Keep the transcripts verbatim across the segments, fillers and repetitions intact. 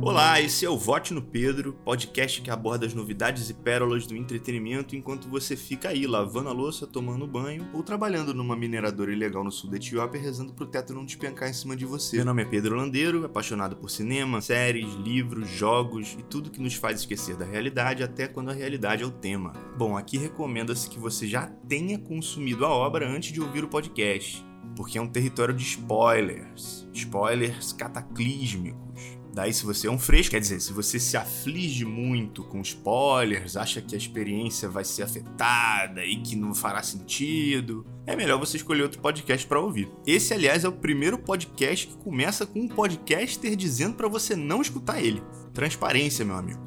Olá, esse é o Vote no Pedro, podcast que aborda as novidades e pérolas do entretenimento enquanto você fica aí lavando a louça, tomando banho ou trabalhando numa mineradora ilegal no sul da Etiópia rezando pro teto não despencar em cima de você. Meu nome é Pedro Landeiro, apaixonado por cinema, séries, livros, jogos e tudo que nos faz esquecer da realidade até quando a realidade é o tema. Bom, aqui recomenda-se que você já tenha consumido a obra antes de ouvir o podcast, porque é um território de spoilers, spoilers cataclísmicos. Daí, se você é um fresco, quer dizer, se você se aflige muito com spoilers, acha que a experiência vai ser afetada e que não fará sentido, é melhor você escolher outro podcast para ouvir. Esse, aliás, é o primeiro podcast que começa com um podcaster dizendo para você não escutar ele. Transparência, meu amigo.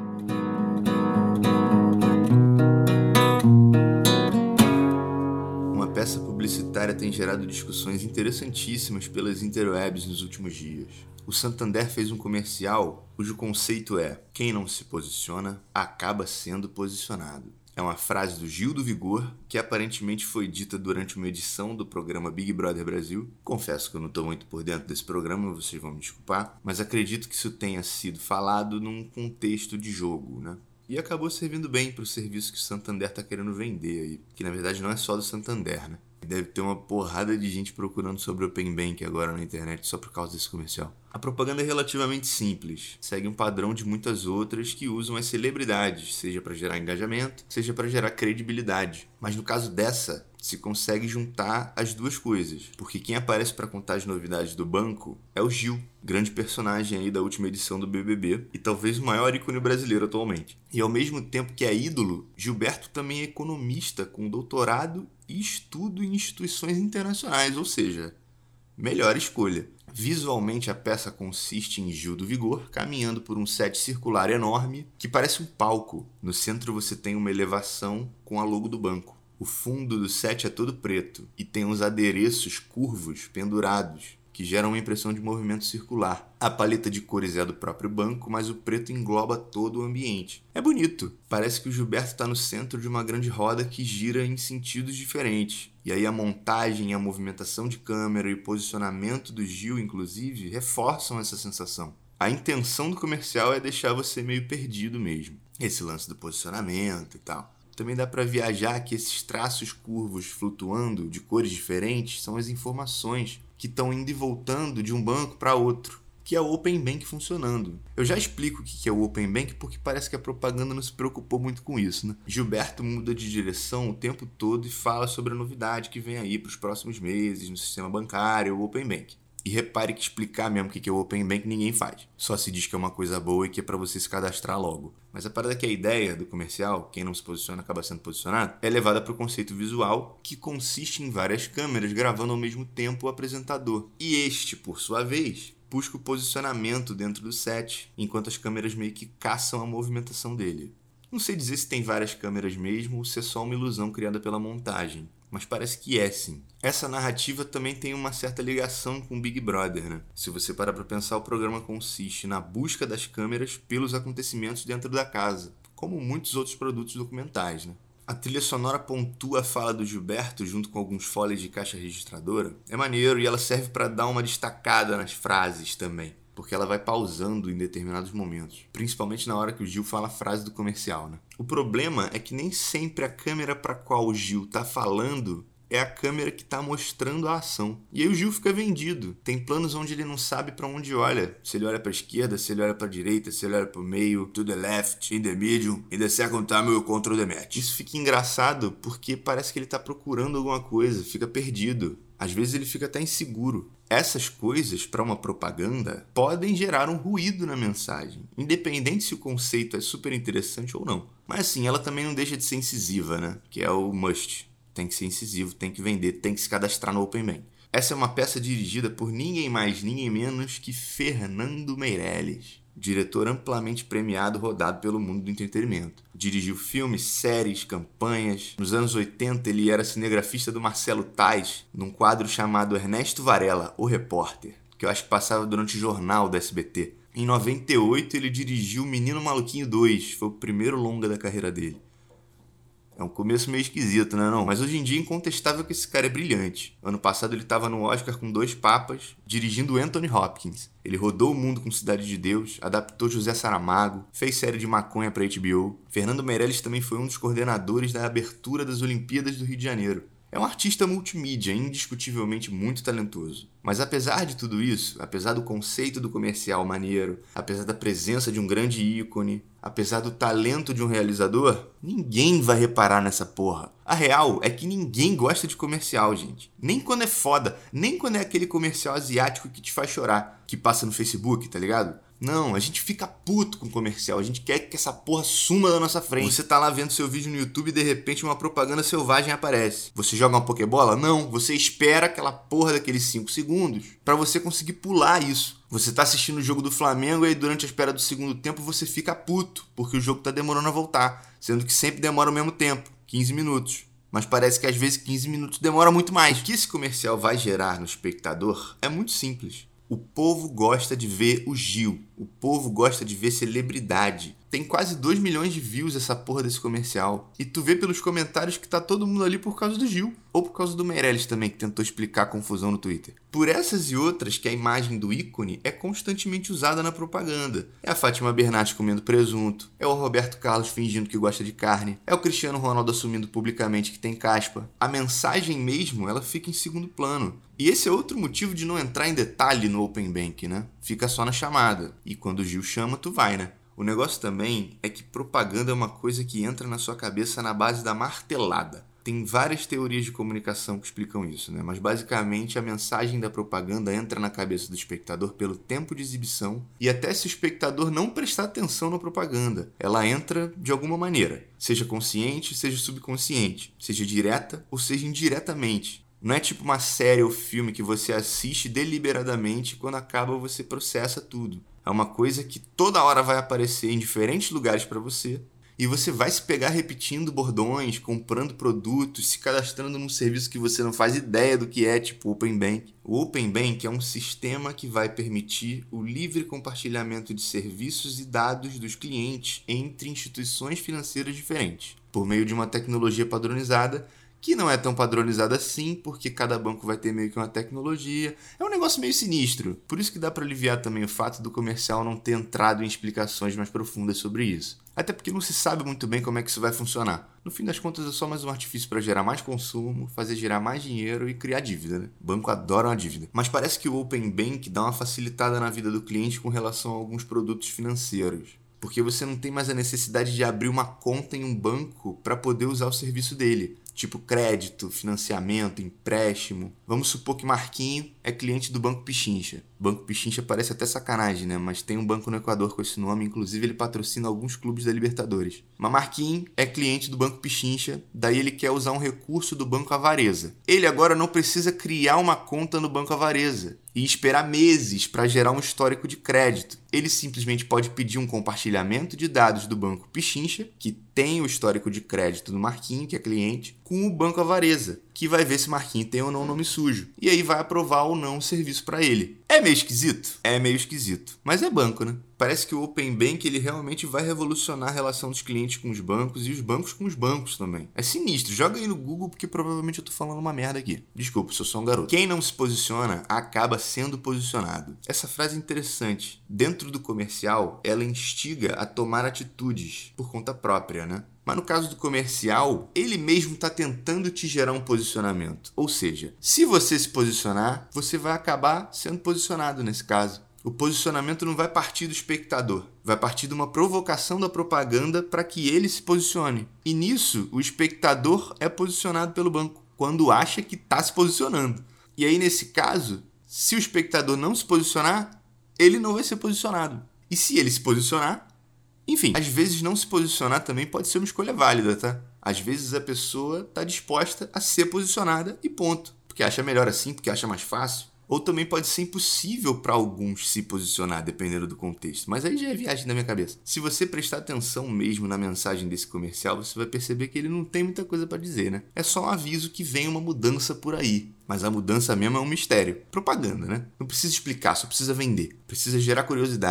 Uma peça publicitária tem gerado discussões interessantíssimas pelas interwebs nos últimos dias. O Santander fez um comercial cujo conceito é: quem não se posiciona, acaba sendo posicionado. É uma frase do Gil do Vigor, que aparentemente foi dita durante uma edição do programa Big Brother Brasil. Confesso que eu não estou muito por dentro desse programa, vocês vão me desculpar, mas acredito que isso tenha sido falado num contexto de jogo, né? E acabou servindo bem para o serviço que o Santander está querendo vender aí, que na verdade não é só do Santander, né? Deve ter uma porrada de gente procurando sobre Open Bank agora na internet só por causa desse comercial. A propaganda é relativamente simples, segue um padrão de muitas outras que usam as celebridades, seja para gerar engajamento, seja para gerar credibilidade. Mas no caso dessa, se consegue juntar as duas coisas, porque quem aparece para contar as novidades do banco é o Gil, grande personagem aí da última edição do B B B e talvez o maior ícone brasileiro atualmente. E ao mesmo tempo que é ídolo, Gilberto também é economista com doutorado e estudo em instituições internacionais, ou seja, melhor escolha. Visualmente, a peça consiste em Gil do Vigor caminhando por um set circular enorme que parece um palco. No centro você tem uma elevação com a logo do banco. O fundo do set é todo preto e tem uns adereços curvos pendurados que geram uma impressão de movimento circular. A paleta de cores é do próprio banco, mas o preto engloba todo o ambiente. É bonito. Parece que o Gilberto está no centro de uma grande roda que gira em sentidos diferentes. E aí a montagem, a movimentação de câmera e o posicionamento do Gil, inclusive, reforçam essa sensação. A intenção do comercial é deixar você meio perdido mesmo. Esse lance do posicionamento e tal. Também dá para viajar que esses traços curvos flutuando de cores diferentes são as informações que estão indo e voltando de um banco para outro, que é o Open Bank funcionando. Eu já explico o que é o Open Bank porque parece que a propaganda não se preocupou muito com isso, né? Gilberto muda de direção o tempo todo e fala sobre a novidade que vem aí para os próximos meses no sistema bancário, o Open Bank. E repare que explicar mesmo o que é o Open Bank ninguém faz. Só se diz que é uma coisa boa e que é para você se cadastrar logo. Mas a parada é que a ideia do comercial, quem não se posiciona acaba sendo posicionado, é levada para o conceito visual, que consiste em várias câmeras gravando ao mesmo tempo o apresentador. E este, por sua vez, busca o posicionamento dentro do set, enquanto as câmeras meio que caçam a movimentação dele. Não sei dizer se tem várias câmeras mesmo ou se é só uma ilusão criada pela montagem. Mas parece que é sim. Essa narrativa também tem uma certa ligação com Big Brother, né? Se você parar para pensar, o programa consiste na busca das câmeras pelos acontecimentos dentro da casa, como muitos outros produtos documentais, né? A trilha sonora pontua a fala do Gilberto junto com alguns foles de caixa registradora. É maneiro e ela serve para dar uma destacada nas frases também, porque ela vai pausando em determinados momentos, principalmente na hora que o Gil fala a frase do comercial, né? O problema é que nem sempre a câmera para a qual o Gil tá falando é a câmera que tá mostrando a ação. E aí o Gil fica vendido. Tem planos onde ele não sabe para onde olha. Se ele olha para a esquerda, se ele olha para a direita, se ele olha para o meio, to the left, in the middle, in the second time you control the match. Isso fica engraçado porque parece que ele tá procurando alguma coisa, fica perdido. Às vezes ele fica até inseguro. Essas coisas, para uma propaganda, podem gerar um ruído na mensagem, independente se o conceito é super interessante ou não. Mas assim, ela também não deixa de ser incisiva, né? Que é o must. Tem que ser incisivo, tem que vender, tem que se cadastrar no Open Bank. Essa é uma peça dirigida por ninguém mais, ninguém menos que Fernando Meirelles, diretor amplamente premiado rodado pelo mundo do entretenimento. Dirigiu filmes, séries, campanhas. Nos anos oitenta ele era cinegrafista do Marcelo Tais, num quadro chamado Ernesto Varela, o Repórter, que eu acho que passava durante o jornal da S B T. Em noventa e oito ele dirigiu Menino Maluquinho dois, foi o primeiro longa da carreira dele. É um começo meio esquisito, né não? Mas hoje em dia é incontestável que esse cara é brilhante. Ano passado ele estava no Oscar com Dois Papas, dirigindo Anthony Hopkins. Ele rodou o mundo com Cidade de Deus, adaptou José Saramago, fez série de maconha para H B O. Fernando Meirelles também foi um dos coordenadores da abertura das Olimpíadas do Rio de Janeiro. É um artista multimídia, indiscutivelmente muito talentoso. Mas apesar de tudo isso, apesar do conceito do comercial maneiro, apesar da presença de um grande ícone, apesar do talento de um realizador, ninguém vai reparar nessa porra. A real é que ninguém gosta de comercial, gente. Nem quando é foda, nem quando é aquele comercial asiático que te faz chorar, que passa no Facebook, tá ligado? Não, a gente fica puto com comercial, a gente quer que essa porra suma da nossa frente. Você tá lá vendo seu vídeo no YouTube e de repente uma propaganda selvagem aparece. Você joga uma pokebola? Não, você espera aquela porra daqueles cinco segundos pra você conseguir pular isso. Você tá assistindo o jogo do Flamengo e aí durante a espera do segundo tempo você fica puto, porque o jogo tá demorando a voltar, sendo que sempre demora o mesmo tempo, quinze minutos. Mas parece que às vezes quinze minutos demora muito mais. O que esse comercial vai gerar no espectador é muito simples. O povo gosta de ver o Gil. O povo gosta de ver celebridade. Tem quase dois milhões de views essa porra desse comercial. E tu vê pelos comentários que tá todo mundo ali por causa do Gil. Ou por causa do Meirelles também, que tentou explicar a confusão no Twitter. Por essas e outras que a imagem do ícone é constantemente usada na propaganda. É a Fátima Bernardes comendo presunto. É o Roberto Carlos fingindo que gosta de carne. É o Cristiano Ronaldo assumindo publicamente que tem caspa. A mensagem mesmo, ela fica em segundo plano. E esse é outro motivo de não entrar em detalhe no Open Bank, né? Fica só na chamada. E quando o Gil chama, tu vai, né? O negócio também é que propaganda é uma coisa que entra na sua cabeça na base da martelada. Tem várias teorias de comunicação que explicam isso, né? Mas basicamente a mensagem da propaganda entra na cabeça do espectador pelo tempo de exibição e até se o espectador não prestar atenção na propaganda. Ela entra de alguma maneira, seja consciente, seja subconsciente, seja direta ou seja indiretamente. Não é tipo uma série ou filme que você assiste deliberadamente e quando acaba você processa tudo. É uma coisa que toda hora vai aparecer em diferentes lugares para você e você vai se pegar repetindo bordões, comprando produtos, se cadastrando num serviço que você não faz ideia do que é, tipo o Open Bank. O Open Bank é um sistema que vai permitir o livre compartilhamento de serviços e dados dos clientes entre instituições financeiras diferentes, por meio de uma tecnologia padronizada que não é tão padronizada assim, porque cada banco vai ter meio que uma tecnologia. É um negócio meio sinistro. Por isso que dá para aliviar também o fato do comercial não ter entrado em explicações mais profundas sobre isso. Até porque não se sabe muito bem como é que isso vai funcionar. No fim das contas é só mais um artifício para gerar mais consumo, fazer girar mais dinheiro e criar dívida, né? O banco adora uma dívida. Mas parece que o Open Bank dá uma facilitada na vida do cliente com relação a alguns produtos financeiros. Porque você não tem mais a necessidade de abrir uma conta em um banco para poder usar o serviço dele. Tipo crédito, financiamento, empréstimo. Vamos supor que Marquinho é cliente do Banco Pichincha. Banco Pichincha parece até sacanagem, né? Mas tem um banco no Equador com esse nome, inclusive ele patrocina alguns clubes da Libertadores. Mas Marquinho é cliente do Banco Pichincha, daí ele quer usar um recurso do Banco Avareza. Ele agora não precisa criar uma conta no Banco Avareza e esperar meses para gerar um histórico de crédito. Ele simplesmente pode pedir um compartilhamento de dados do Banco Pichincha, que tem o histórico de crédito do Marquinho, que é cliente, com o Banco Avareza, que vai ver se Marquinho tem ou não nome sujo. E aí vai aprovar ou não o serviço para ele. É meio esquisito? É meio esquisito. Mas é banco, né? Parece que o Open Bank ele realmente vai revolucionar a relação dos clientes com os bancos e os bancos com os bancos também. É sinistro. Joga aí no Google porque provavelmente eu tô falando uma merda aqui. Desculpa, eu sou só um garoto. Quem não se posiciona acaba sendo posicionado. Essa frase é interessante. Dentro do comercial, ela instiga a tomar atitudes por conta própria, né? Mas no caso do comercial, ele mesmo está tentando te gerar um posicionamento. Ou seja, se você se posicionar, você vai acabar sendo posicionado nesse caso. O posicionamento não vai partir do espectador, vai partir de uma provocação da propaganda para que ele se posicione. E nisso, o espectador é posicionado pelo banco, quando acha que está se posicionando. E aí, nesse caso, se o espectador não se posicionar, ele não vai ser posicionado. E se ele se posicionar, enfim, às vezes não se posicionar também pode ser uma escolha válida, tá? Às vezes a pessoa está disposta a ser posicionada e ponto. Porque acha melhor assim, porque acha mais fácil. Ou também pode ser impossível para alguns se posicionar, dependendo do contexto. Mas aí já é viagem da minha cabeça. Se você prestar atenção mesmo na mensagem desse comercial, você vai perceber que ele não tem muita coisa para dizer, né? É só um aviso que vem uma mudança por aí. Mas a mudança mesmo é um mistério. Propaganda, né? Não precisa explicar, só precisa vender. Precisa gerar curiosidade.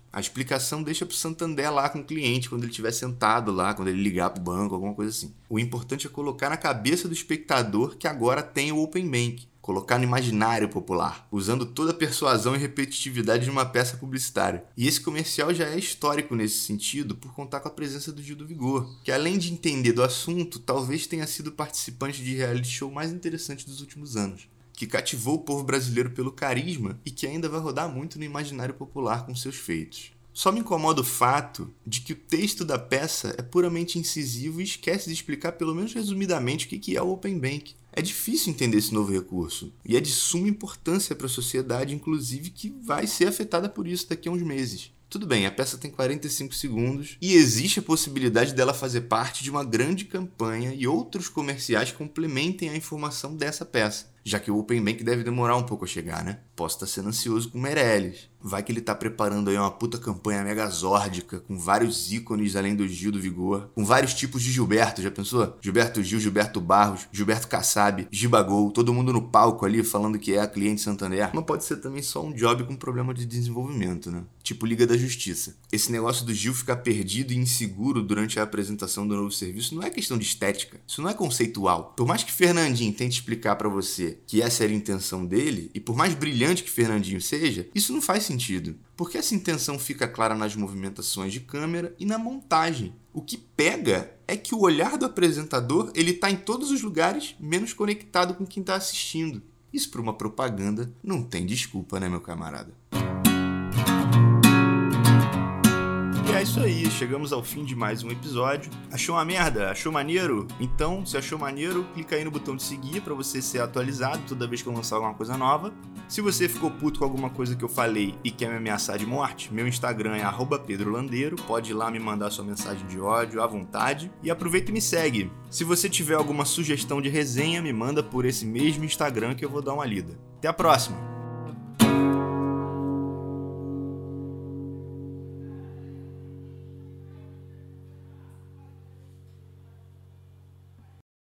A explicação deixa pro Santander lá com o cliente, quando ele estiver sentado lá, quando ele ligar pro banco, alguma coisa assim. O importante é colocar na cabeça do espectador que agora tem o Open Bank. Colocar no imaginário popular, usando toda a persuasão e repetitividade de uma peça publicitária. E esse comercial já é histórico nesse sentido por contar com a presença do Gil do Vigor, que além de entender do assunto, talvez tenha sido participante de reality show mais interessante dos últimos anos, que cativou o povo brasileiro pelo carisma e que ainda vai rodar muito no imaginário popular com seus feitos. Só me incomoda o fato de que o texto da peça é puramente incisivo e esquece de explicar, pelo menos resumidamente, o que é o Open Bank. É difícil entender esse novo recurso e é de suma importância para a sociedade, inclusive, que vai ser afetada por isso daqui a uns meses. Tudo bem, a peça tem quarenta e cinco segundos e existe a possibilidade dela fazer parte de uma grande campanha e outros comerciais complementem a informação dessa peça, já que o Open Bank deve demorar um pouco a chegar, né? Posso estar sendo ansioso com o Meirelles. Vai que ele tá preparando aí uma puta campanha megazórdica, com vários ícones além do Gil do Vigor, com vários tipos de Gilberto, já pensou? Gilberto Gil, Gilberto Barros, Gilberto Kassab, Gibagol, todo mundo no palco ali falando que é a cliente Santander. Mas pode ser também só um job com problema de desenvolvimento, né? Tipo Liga da Justiça. Esse negócio do Gil ficar perdido e inseguro durante a apresentação do novo serviço não é questão de estética, isso não é conceitual. Por mais que Fernandinho tente explicar pra você que essa era a intenção dele, e por mais brilhante que Fernandinho seja, isso não faz sentido, porque essa intenção fica clara nas movimentações de câmera e na montagem. O que pega é que o olhar do apresentador ele tá em todos os lugares, menos conectado com quem tá assistindo. Isso para uma propaganda não tem desculpa, né, meu camarada? E é isso aí, chegamos ao fim de mais um episódio. Achou uma merda? Achou maneiro? Então, se achou maneiro, clica aí no botão de seguir para você ser atualizado toda vez que eu lançar alguma coisa nova. Se você ficou puto com alguma coisa que eu falei e quer me ameaçar de morte, meu Instagram é arroba pedro landeiro, pode ir lá me mandar sua mensagem de ódio à vontade e aproveita e me segue. Se você tiver alguma sugestão de resenha, me manda por esse mesmo Instagram que eu vou dar uma lida. Até a próxima!